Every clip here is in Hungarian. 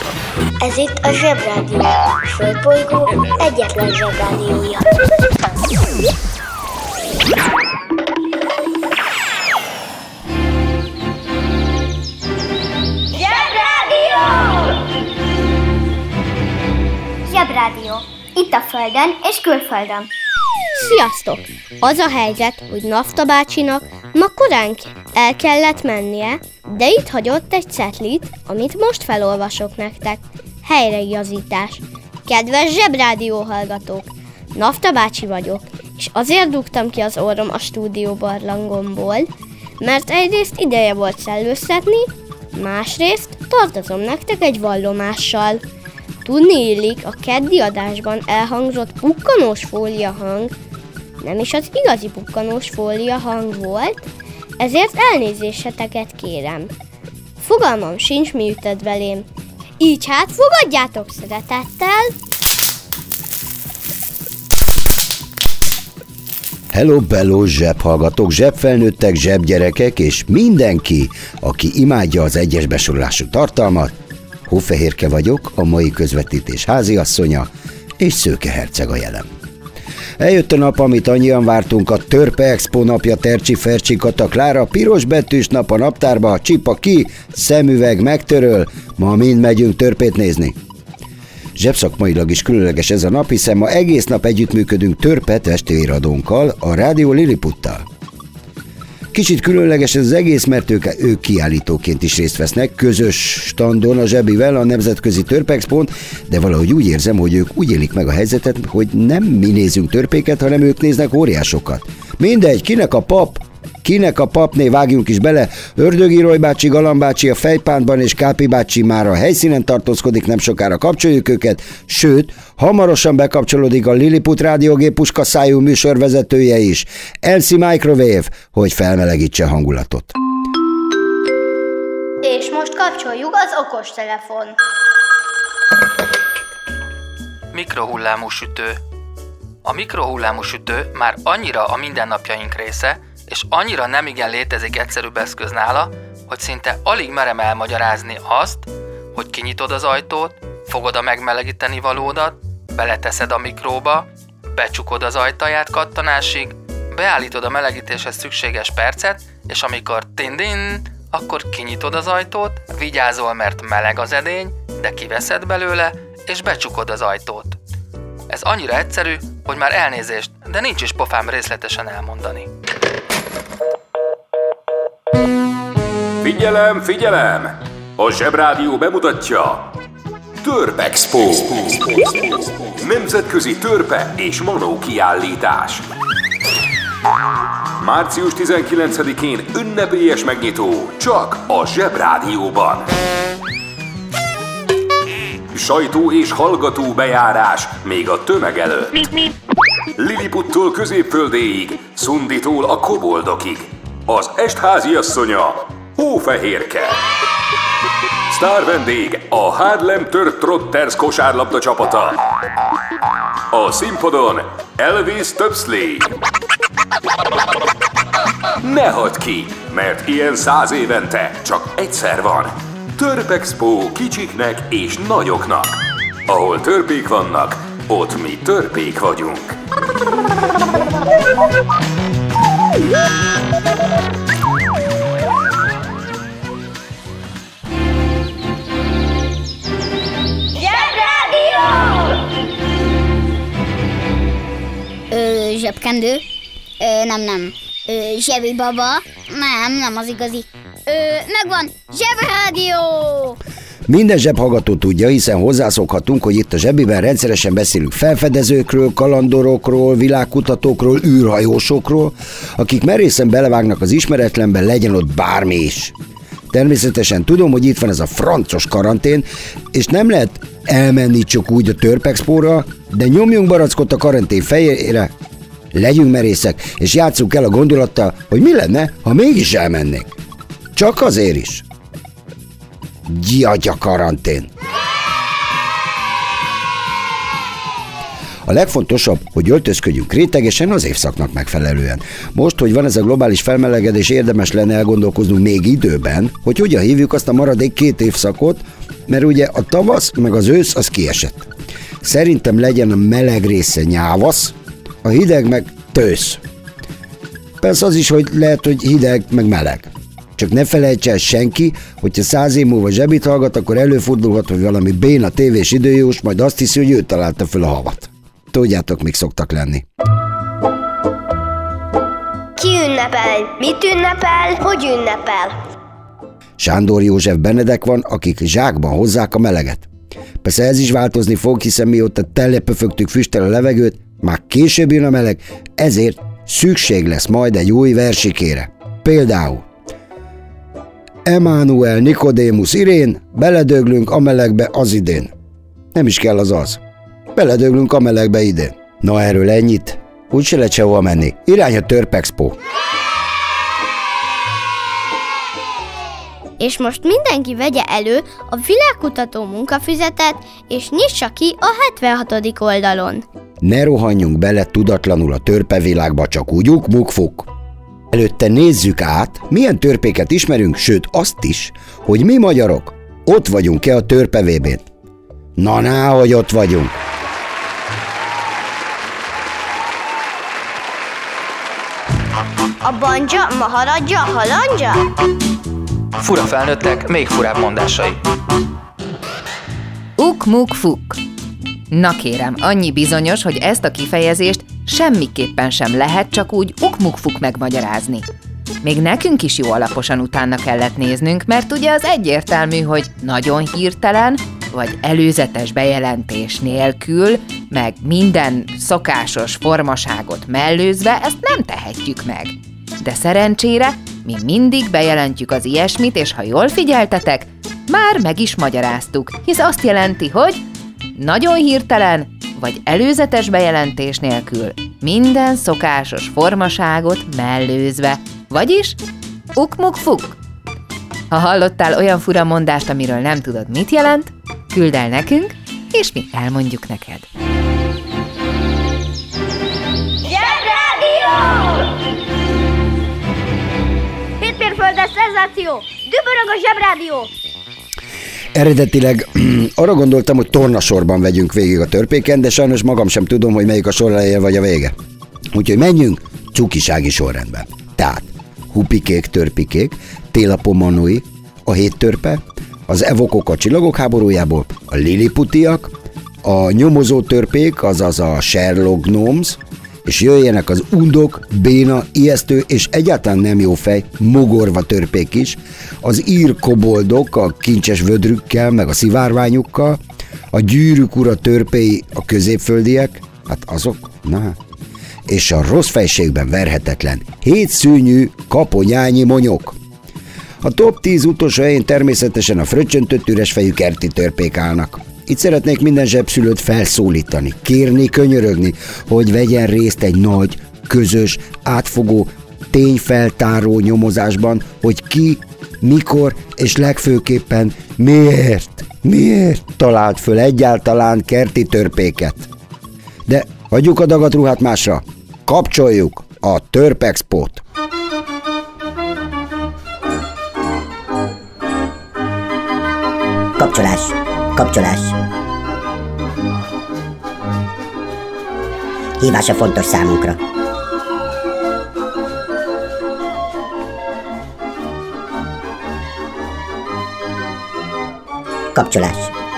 Ez itt a Zsebrádió, a Földbolygó egyetlen Zsebrádiója. Zsebrádió! Zsebrádió, itt a Földön és külföldön. Sziasztok! Az a helyzet, hogy Nafta bácsinak ma korán el kellett mennie, de itt hagyott egy cetlit, amit most felolvasok nektek. Helyreigazítás. Kedves Zsebrádió hallgatók! Nafta bácsi vagyok, és azért dugtam ki az orrom a stúdió barlangomból, mert egyrészt ideje volt szellőztetni, másrészt tartozom nektek egy vallomással. Tudni illik, a keddi adásban elhangzott pukkanós fólia hang nem is az igazi pukkanós fólia hang volt, ezért elnézéseteket kérem. Fogalmam sincs, mi ütött belém. Így hát fogadjátok szeretettel! Hello, bello, zsebhallgatók, zsebfelnőttek, zsebgyerekek és mindenki, aki imádja az egyes besorolású tartalmat. Hófehérke vagyok, a mai közvetítés háziasszonya, és Szőke herceg a jelen. Eljött a nap, amit annyian vártunk, a Törpe Expo napja, Tercsi Fercsi Kata Klára, piros betűs nap a naptárba, csipa ki, szemüveg megtöröl, ma mind megyünk törpét nézni. Zsebszakmailag is különleges ez a nap, hiszen ma egész nap együttműködünk Törpe testvérradónkkal, a Rádió Lilliputtal. Kicsit különleges ez az egész, mert ők kiállítóként is részt vesznek, közös standon a Zsebivel a Nemzetközi Törpexpón, de valahogy úgy érzem, hogy ők úgy élik meg a helyzetet, hogy nem mi nézünk törpéket, hanem ők néznek óriásokat. Mindegy, kinek a papné vágjunk is bele, Ördögi Roy bácsi, Galamb bácsi a fejpántban és Kápi bácsi már a helyszínen tartózkodik, nem sokára kapcsoljuk őket, sőt, hamarosan bekapcsolódik a Lilliput rádiógép puskaszájú műsorvezetője is, LC Microwave, hogy felmelegítse hangulatot. És most kapcsoljuk az okostelefon. Mikrohullámú sütő. A mikrohullámú sütő már annyira a mindennapjaink része, és annyira nemigen létezik egyszerűbb eszköz nála, hogy szinte alig merem elmagyarázni azt, hogy kinyitod az ajtót, fogod a megmelegíteni valódat, beleteszed a mikróba, becsukod az ajtaját kattanásig, beállítod a melegítéshez szükséges percet, és amikor tin-din, akkor kinyitod az ajtót, vigyázol, mert meleg az edény, de kiveszed belőle, és becsukod az ajtót. Ez annyira egyszerű, hogy már elnézést, de nincs is pofám részletesen elmondani. Figyelem, figyelem! A Zsebrádió bemutatja Törpexpo! Nemzetközi törpe és manó kiállítás. Március 19-én ünnepélyes megnyitó csak a Zsebrádióban. Sajtó és hallgató bejárás még a tömeg előtt. Lilliputtól Középföldéig, Szunditól a koboldokig. Az est háziasszonya Hófehérke. Sztár vendég a Harlem Trotters kosárlabda csapata. A színpadon Elvis Töpszli. Ne hagyd ki, mert ilyen 100 évente csak egyszer van. Törpexpo kicsiknek és nagyoknak. Ahol törpék vannak, ott mi törpék vagyunk. Zsebkendő? Nem. Zsebi baba? Nem az igazi. Megvan! Zsebrádió! Minden zsebhallgató tudja, hiszen hozzászokhatunk, hogy itt a Zsebiben rendszeresen beszélünk felfedezőkről, kalandorokról, világkutatókról, űrhajósokról, akik merészen belevágnak az ismeretlenbe, legyen ott bármi is. Természetesen tudom, hogy itt van ez a francos karantén, és nem lehet elmenni csak úgy a Törpexpóra, de nyomjunk barackot a karantén fejére, legyünk merészek, és játsszuk el a gondolattal, hogy mi lenne, ha mégis elmennék. Csak azért is. Gyatya karantén. A legfontosabb, hogy öltözködjünk rétegesen az évszaknak megfelelően. Most, hogy van ez a globális felmelegedés, érdemes lenne elgondolkoznunk még időben, hogy hogyan hívjuk azt a maradék 2 évszakot, mert ugye a tavasz meg az ősz az kiesett. Szerintem legyen a meleg része nyávasz, a hideg meg tősz. Persze az is, hogy lehet, hogy hideg meg meleg. Csak ne felejts el senki, hogyha 100 év múlva zsebit hallgat, akkor előfordulhat, hogy valami béna tévés időjós majd azt hiszi, hogy ő találta föl a havat. Tudjátok, mik szoktak lenni. Ki ünnepel? Mit ünnepel? Hogy ünnepel? Sándor József Benedek van, akik zsákban hozzák a meleget. Persze ez is változni fog, hiszen mióta telepöfögtük füsttel a levegőt, már később jön a meleg, ezért szükség lesz majd egy új versikére. Például Emánuel, Nikodémus, Irén, beledöglünk a melegbe az idén. Nem is kell az. Beledöglünk a melegbe idén. Na erről ennyit. Úgyse lehet sehova menni. Irány a Törpexpo. És most mindenki vegye elő a világkutató munkafüzetet, és nyissa ki a 76. oldalon. Ne rohanjunk bele tudatlanul a törpevilágba, csak úgy uk-muk-fuk. Előtte nézzük át, milyen törpéket ismerünk, sőt azt is, hogy mi magyarok ott vagyunk-e a törpe VB-n. Na, hogy ott vagyunk. A banja, maharadja, halandja? Fura felnőttek, még furább mondásai. Uk-muk-fuk. Na kérem, annyi bizonyos, hogy ezt a kifejezést semmiképpen sem lehet csak úgy uk-muk-fuk megmagyarázni. Még nekünk is jó alaposan utána kellett néznünk, mert ugye az egyértelmű, hogy nagyon hirtelen, vagy előzetes bejelentés nélkül, meg minden szokásos formaságot mellőzve ezt nem tehetjük meg. De szerencsére mi mindig bejelentjük az ilyesmit, és ha jól figyeltetek, már meg is magyaráztuk, hisz azt jelenti, hogy nagyon hirtelen, vagy előzetes bejelentés nélkül, minden szokásos formaságot mellőzve, vagyis uk-muk-fuk. Ha hallottál olyan fura mondást, amiről nem tudod, mit jelent, küldd el nekünk, és mi elmondjuk neked. Zsebrádió! Hétmérföldes szenzáció! Dübörög a Zsebrádió! Eredetileg arra gondoltam, hogy tornasorban vegyünk végig a törpéken, de sajnos magam sem tudom, hogy melyik a sor eleje vagy a vége. Úgyhogy menjünk cukisági sorrendben. Tehát hupikék, törpikék, télapomanui, a 7 törpe, az evokok a Csillagok háborújából, a liliputiak, a nyomozó törpék, azaz a Sherlock Gnomes, és jöjjenek az undok, béna, ijesztő és egyáltalán nem jó fej, mogorva törpék is, az ír koboldok a kincses vödrükkel, meg a szivárványukkal, a gyűrűk ura törpéi a középföldiek, hát azok, na, és a rossz fejségben verhetetlen, 7 szűnyű kaponyányi monyok. A top 10 utolsó helyén természetesen a fröccsöntött üresfejű kerti törpék állnak. Itt szeretnék minden zsebszülőt felszólítani, kérni, könyörögni, hogy vegyen részt egy nagy, közös, átfogó, tényfeltáró nyomozásban, hogy ki, mikor és legfőképpen miért talált föl egyáltalán kerti törpéket. De hagyjuk a dagadruhát másra, kapcsoljuk a Törpexpót. Kapcsolás. Hívása fontos számunkra. Kapcsolás.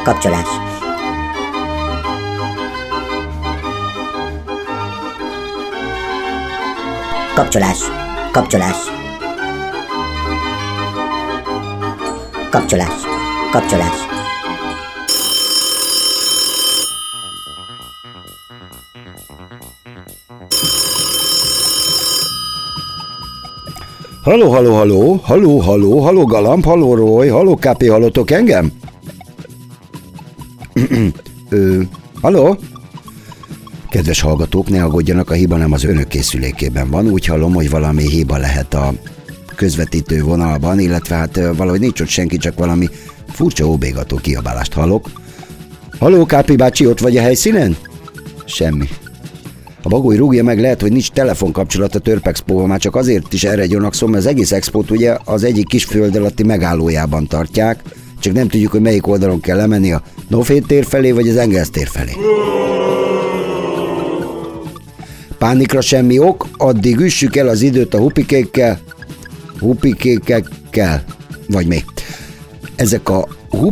Halló, Galamb, halló, Roy, halló, Kápi, hallottok engem? Halló? Kedves hallgatók, ne aggódjanak, a hiba nem az önök készülékében van, úgy hallom, hogy valami hiba lehet a közvetítő vonalban, illetve hát valahogy nincs ott senki, csak valami furcsa óbégató kiabálást hallok. Halló, Kápi bácsi, ott vagy a helyszínen? Semmi. A Bagoly rúgja meg, lehet, hogy nincs telefonkapcsolat a Törpexpóval, már csak azért is erre gyanakszom, mert az egész expót ugye az egyik kis föld alatti megállójában tartják, csak nem tudjuk, hogy melyik oldalon kell lemenni, a Nofét tér felé, vagy az Engels tér felé. Pánikra semmi ok, addig üssük el az időt a hupikékkel, vagy mi. Ezek a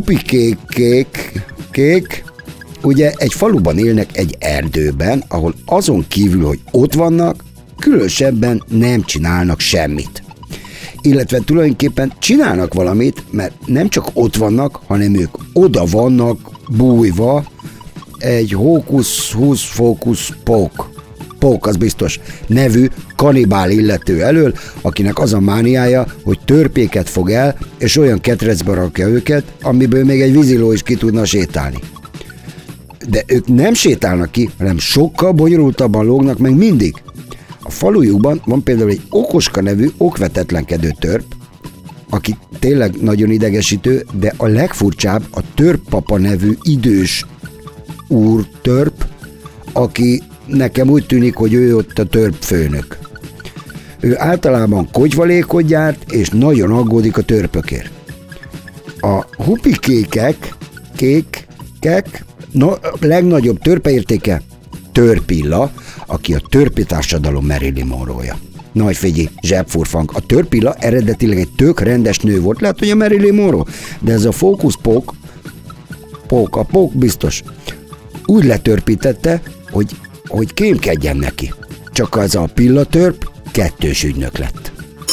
hupikék, ugye egy faluban élnek egy erdőben, ahol azon kívül, hogy ott vannak, különösebben nem csinálnak semmit. Illetve tulajdonképpen csinálnak valamit, mert nem csak ott vannak, hanem ők oda vannak bújva egy hókusz-fókusz-pók, az biztos, nevű kanibál illető elől, akinek az a mániája, hogy törpéket fog el, és olyan ketrecbe rakja őket, amiből még egy víziló is ki tudna sétálni. De ők nem sétálnak ki, hanem sokkal bonyolultabban lógnak meg mindig. A falujukban van például egy Okoska nevű okvetetlenkedő törp, aki tényleg nagyon idegesítő, de a legfurcsább a Törppapa nevű idős úr törp, aki nekem úgy tűnik, hogy ő ott a törpfőnök. Ő általában kogyvalékot gyárt, és nagyon aggódik a törpökért. A hupikékek, legnagyobb törpeértéke Törpilla, aki a törpi társadalom Marilyn Monroe-ja. Nagy figyelj, zsebfurfang. A Törpilla eredetileg egy tök rendes nő volt, lehet, hogy a Marilyn Monroe, de ez a fókuszpók, a pók biztos, úgy letörpítette, hogy kémkedjen neki. Csak az a pillatörp kettős ügynök lett.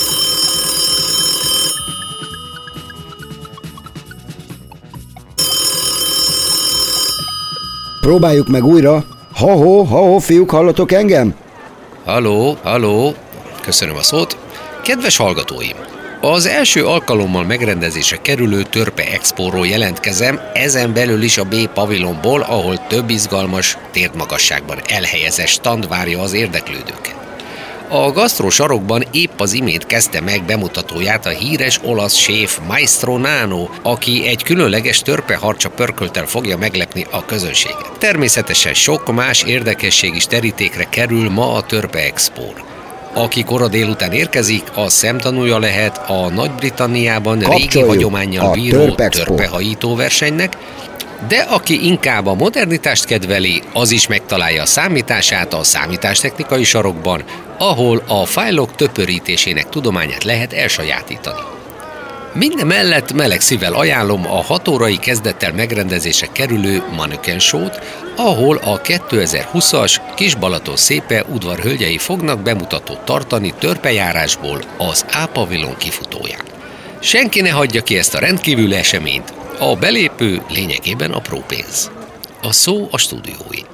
Próbáljuk meg újra. Ha-ho, fiúk, hallatok engem? Halló, köszönöm a szót. Kedves hallgatóim, az első alkalommal megrendezésre kerülő Törpe Expóról jelentkezem, ezen belül is a B pavilonból, ahol több izgalmas, térdmagasságban elhelyezett stand várja az érdeklődőket. A gasztró sarokban épp az imént kezdte meg bemutatóját a híres olasz séf Maestro Nano, aki egy különleges törpeharcsa pörkölttel fogja meglepni a közönséget. Természetesen sok más érdekesség is terítékre kerül ma a Törpe Expón. Aki kora délután érkezik, a szemtanúja lehet a Nagy-Britanniában régi hagyománnyal bíró törpehajító versenynek, de aki inkább a modernitást kedveli, az is megtalálja a számítását a számítástechnikai sarokban, ahol a fájlok töpörítésének tudományát lehet elsajátítani. Mindemellett meleg szívvel ajánlom a 6 órai kezdettel megrendezésre kerülő Mannequin Show-t, ahol a 2020-as Kisbalaton szépe udvarhölgyei fognak bemutatót tartani törpejárásból az A-pavilon kifutóján. Senki ne hagyja ki ezt a rendkívüli eseményt, a belépő lényegében apró pénz. A szó a stúdiói.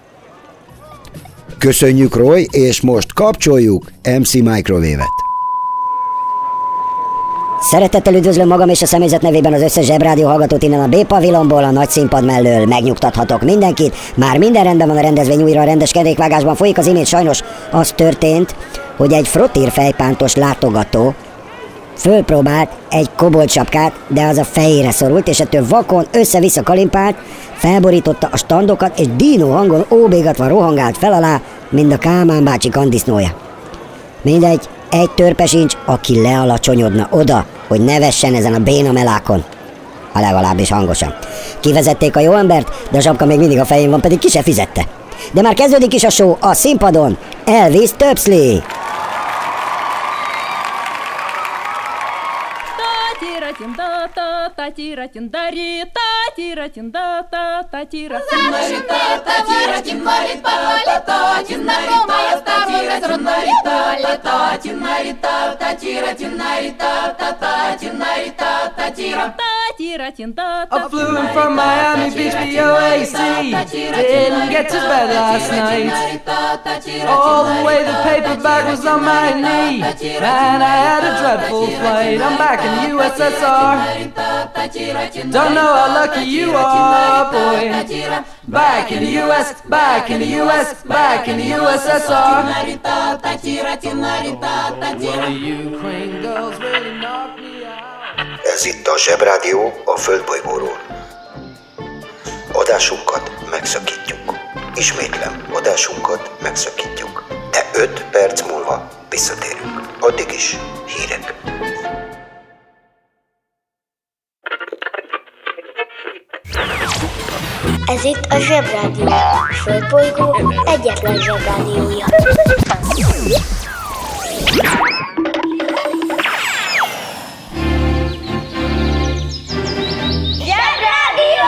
Köszönjük, Roy, és most kapcsoljuk MC Microwave-et. Szeretettel üdvözlöm magam és a személyzet nevében az összes Zsebrádió hallgatót innen a B-pavilonból, a nagy színpad mellől. Megnyugtathatok mindenkit, már minden rendben van a rendezvény, újra a rendes kerékvágásban folyik. Az imént sajnos az történt, hogy egy frottír fejpántos látogató fölpróbált egy koboldsapkát, de az a fejére szorult, és ettől vakon össze-vissza kalimpált, felborította a standokat, és dínó hangon óbégatva rohangált fel alá, mint a Kálmán bácsi kandisznója. Mindegy, egy törpe sincs, aki lealacsonyodna oda, hogy ne vessen ezen a béna melákon. Ha legalábbis hangosan. Kivezették a jó embert, de a sapka még mindig a fején van, pedig ki se fizette. De már kezdődik is a show a színpadon. Elvis Töpszli! I flew in from Miami Beach, BOAC. Didn't get to bed last night. All the way the paperback was on my knee. Man, I had a dreadful flight. I'm back in the USSR. Don't know how lucky you are, boy. Back in the US, back in the US, back in the USSR. Well, the Ukraine girls really knocked me out. Ez itt a Zsebrádió a Földbolygóról. Adásunkat megszakítjuk. Ismétlem, adásunkat megszakítjuk. De 5 perc múlva visszatérünk. Addig is hírek. Ez itt a Zsebrádió, a Földbolygó egyetlen Zsebrádiója. Zsebrádió!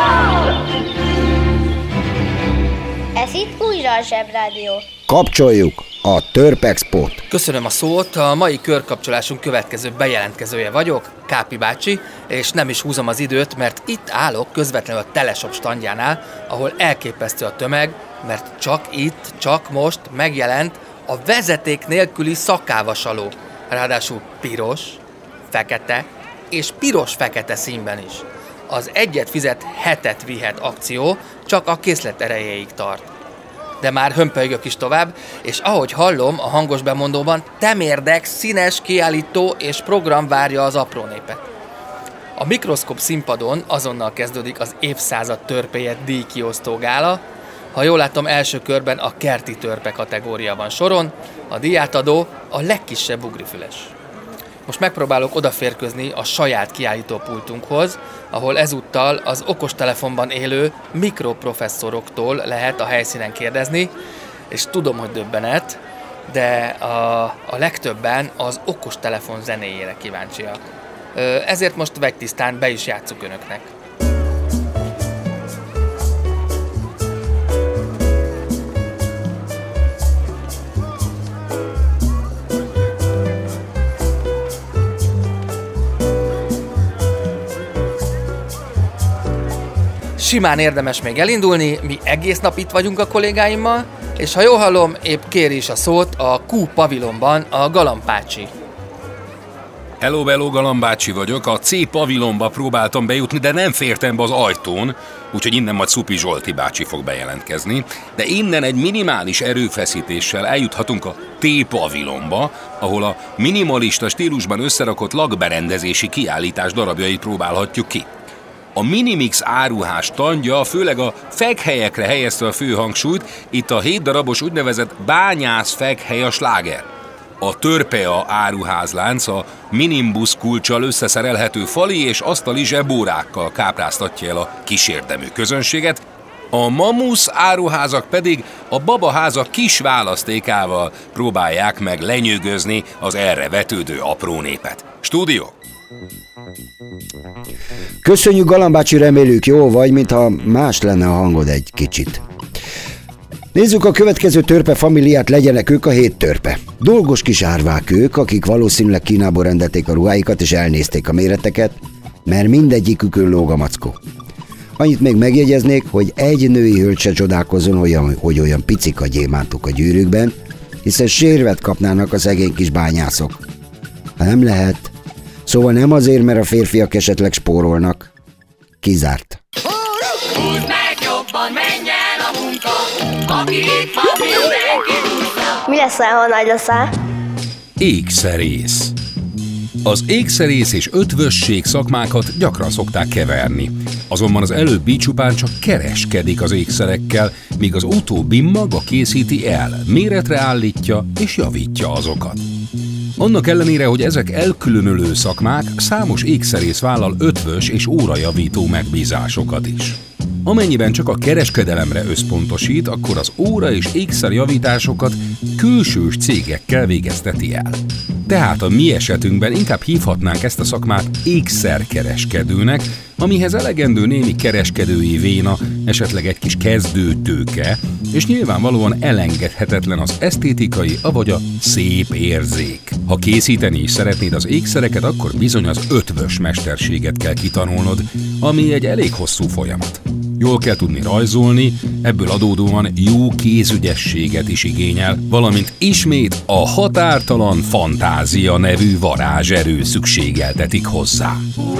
Ez itt újra a Zsebrádió. Kapcsoljuk a Törpexpót. Köszönöm a szót, a mai körkapcsolásunk következő bejelentkezője vagyok, Kápi bácsi, és nem is húzom az időt, mert itt állok közvetlenül a Teleshop standjánál, ahol elképesztő a tömeg, mert csak most megjelent a vezeték nélküli szakkávasaló. Ráadásul piros, fekete és piros-fekete színben is. Az egyet fizet, hetet vihet akció csak a készlet erejéig tart. De már hömpölygök is tovább, és ahogy hallom a hangos bemondóban, temérdek, színes kiállító és program várja az apró népet. A Mikroszkóp színpadon azonnal kezdődik az évszázad törpéje díjkiosztó gála. Ha jól látom, első körben a kerti törpe kategória van soron, a díjátadó a legkisebb ugrifüles. Most megpróbálok odaférkőzni a saját kiállítópultunkhoz, ahol ezúttal az okostelefonban élő mikroprofesszoroktól lehet a helyszínen kérdezni, és tudom, hogy döbbenet, de a legtöbben az okostelefon zenéjére kíváncsiak. Ezért most vegytisztán be is játsszuk önöknek. Simán érdemes még elindulni, mi egész nap itt vagyunk a kollégáimmal, és ha jól hallom, épp kéri is a szót a Q pavilonban a Galambácsi. Hello, Galambácsi vagyok, a C pavilonba próbáltam bejutni, de nem fértem be az ajtón, úgyhogy innen majd Szupi Zsolti bácsi fog bejelentkezni, de innen egy minimális erőfeszítéssel eljuthatunk a T pavilonba, ahol a minimalista stílusban összerakott lakberendezési kiállítás darabjait próbálhatjuk ki. A Minimix áruház standja főleg a fekhelyekre helyezte a fő hangsúlyt, itt a 7 darabos úgynevezett bányász fekhely a sláger. A Törpea áruházlánc a Minimbus kulccsal összeszerelhető fali és asztali zsebórákkal kápráztatja el a kísérdemű közönséget, a Mamusz áruházak pedig a babaházak kis választékával próbálják meg lenyűgözni az erre vetődő apró népet. Stúdió! Köszönjük, Galambácsi, reméljük jó vagy, mintha más lenne a hangod egy kicsit. Nézzük a következő törpe familiát, legyenek ők a 7 törpe. Dolgos kis árvák ők, akik valószínűleg Kínából rendelték a ruháikat és elnézték a méreteket, mert mindegyikükön lóg a mackó. Annyit még megjegyeznék, hogy egy női hölgy se csodálkozzon, hogy olyan picik a gyémántok a gyűrűkben, hiszen sérvet kapnának a szegény kis bányászok. Ha nem lehet, szóval nem azért, mert a férfiak esetleg spórolnak. Kizárt. Húzd meg jobban, menj el a munka, aki itt van, mindenki húzza. Mi leszel, ha nagy leszel? Ékszerész. Az ékszerész és ötvösség szakmákat gyakran szokták keverni. Azonban az előbbi csupán csak kereskedik az ékszerekkel, míg az utóbbi maga készíti el, méretre állítja és javítja azokat. Annak ellenére, hogy ezek elkülönülő szakmák, számos ékszerész vállal ötvös és órajavító megbízásokat is. Amennyiben csak a kereskedelemre összpontosít, akkor az óra és ékszerjavításokat külsős cégekkel végezteti el. Tehát a mi esetünkben inkább hívhatnánk ezt a szakmát ékszerkereskedőnek, amihez elegendő némi kereskedői véna, esetleg egy kis kezdőtőke, és nyilvánvalóan elengedhetetlen az esztétikai, avagy a szép érzék. Ha készíteni is szeretnéd az ékszereket, akkor bizony az ötvös mesterséget kell kitanulnod, ami egy elég hosszú folyamat. Jól kell tudni rajzolni, ebből adódóan jó kézügyességet is igényel, valamint ismét a határtalan fantázia nevű varázserő szükségeltetik hozzá.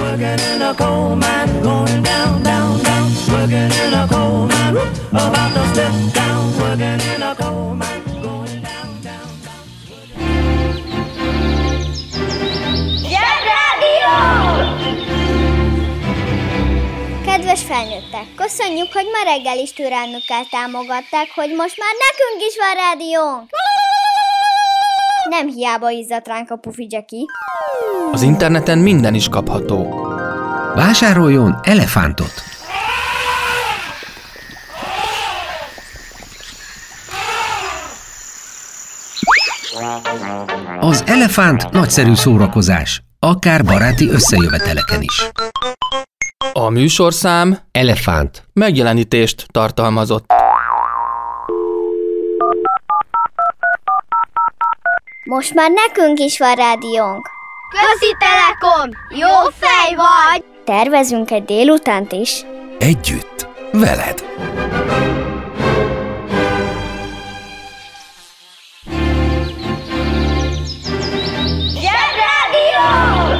Kedves felnőttek, köszönjük, hogy ma reggel is türelmükkel támogatták, hogy most már nekünk is van rádiónk! Nem hiába izzadt ránk a Pufi Jackie. Az interneten minden is kapható. Vásároljon elefántot! Az elefánt nagyszerű szórakozás, akár baráti összejöveteleken is. A műsorszám Elefánt megjelenítést tartalmazott. Most már nekünk is van rádiónk. Közi Telekom! Jó fej vagy! Tervezünk egy délutánt is. Együtt, veled. Zsebrádió!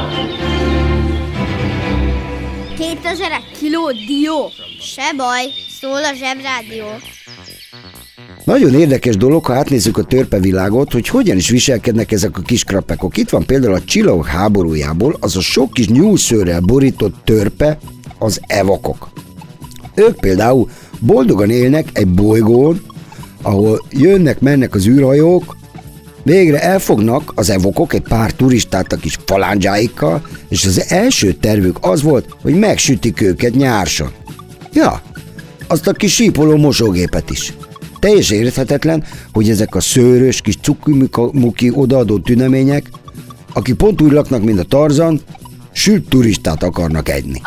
2000 kiló dió. Se baj, szól a Zsebrádió. Nagyon érdekes dolog, ha átnézzük a törpevilágot, hogy hogyan is viselkednek ezek a kis krapekok. Itt van például a Csillagok háborújából az a sok kis nyúlszőrrel borított törpe, az evokok. Ők például boldogan élnek egy bolygón, ahol jönnek-mennek az űrhajók, végre elfognak az evokok egy pár turistát a kis faláncsáikkal, és az első tervük az volt, hogy megsütik őket nyárson. Ja, azt a kis sípoló mosógépet is. Teljesen érthetetlen, hogy ezek a szőrös kis cukimuki odaadó tünemények, akik pont úgy laknak, mint a Tarzan, sült turistát akarnak egyni.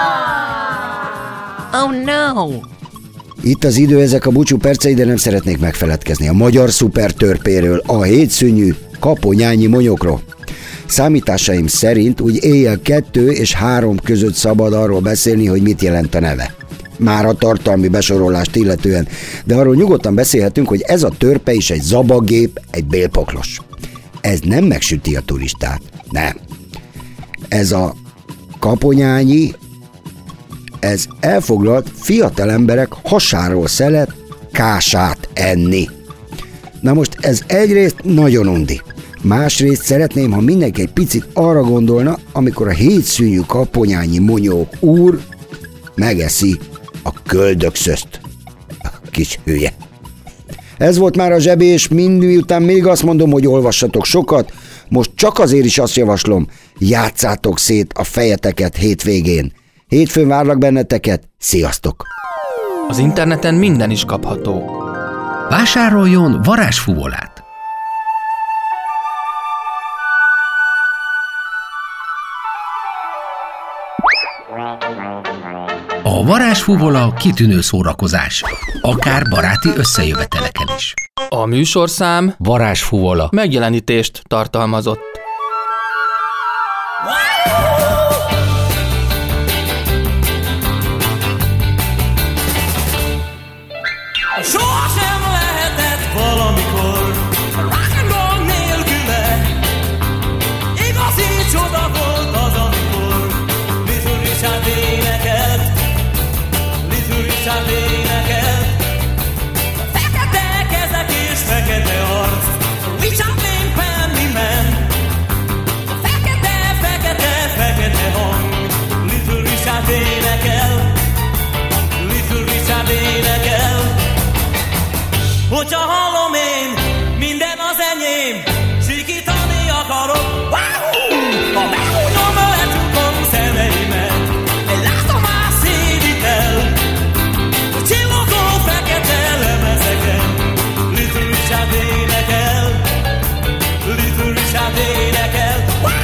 Oh no! Itt az idő, ezek a búcsú percei, de nem szeretnék megfeledkezni a magyar szupertörpéről, a hétszűnyű kaponyányi monyokról. Számításaim szerint úgy éjjel 2 és 3 között szabad arról beszélni, hogy mit jelent a neve. Már a tartalmi besorolást illetően, de arról nyugodtan beszélhetünk, hogy ez a törpe is egy zabagép, egy bélpoklos. Ez nem megsüti a turistát, nem. Ez a kaponyányi, ez elfoglalt fiatal emberek hasáról szelet kását enni. Na most ez egyrészt nagyon undi. Másrészt szeretném, ha mindenki egy picit arra gondolna, amikor a hétszűnyű kaponyányi monyók úr megeszi a köldökszözt. Kis hülye. Ez volt már a Zsebi, és miután még azt mondom, hogy olvassatok sokat, most csak azért is azt javaslom, játszátok szét a fejeteket hétvégén. Hétfőn várlak benneteket, sziasztok! Az interneten minden is kapható. Vásároljon varázsfuvolát! A varázsfuvola kitűnő szórakozás, akár baráti összejöveteleken is. A műsorszám Varázsfuvola megjelenítést tartalmazott. Sohasem lehetett valamikor rock'n'roll nélküle. Igazi csoda volt az, amikor Little Richard énekelt, Little Richard énekelt. Fekete kezek és fekete arc, Richard Lane Penny Man. Fekete, fekete, fekete hang, Little Richard énekel, Little Richard énekel. Hogyha hallom én, minden az enyém, sikítani akarok. Ha megúgyom, lecsukom szemeimet, egy látomás szédít el, a csillogó fekete lemezeken. Little Richard énekel, Little Richard énekel.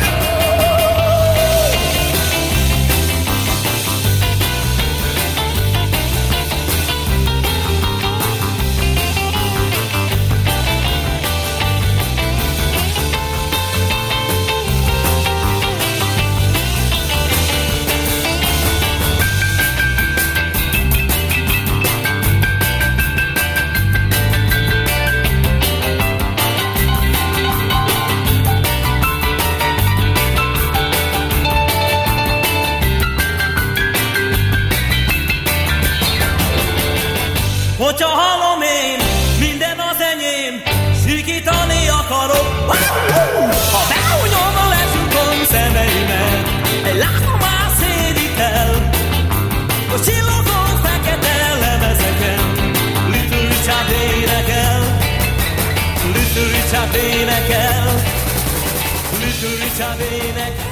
Hogyha hallom én, minden az enyém, sikítani akarok. Ha beúgyom, lecsukom szemeimet, egy látomás szédít el, a csillogó fekete lemezeken. Little Richard énekel, Little Richard énekel, Little Richard énekel.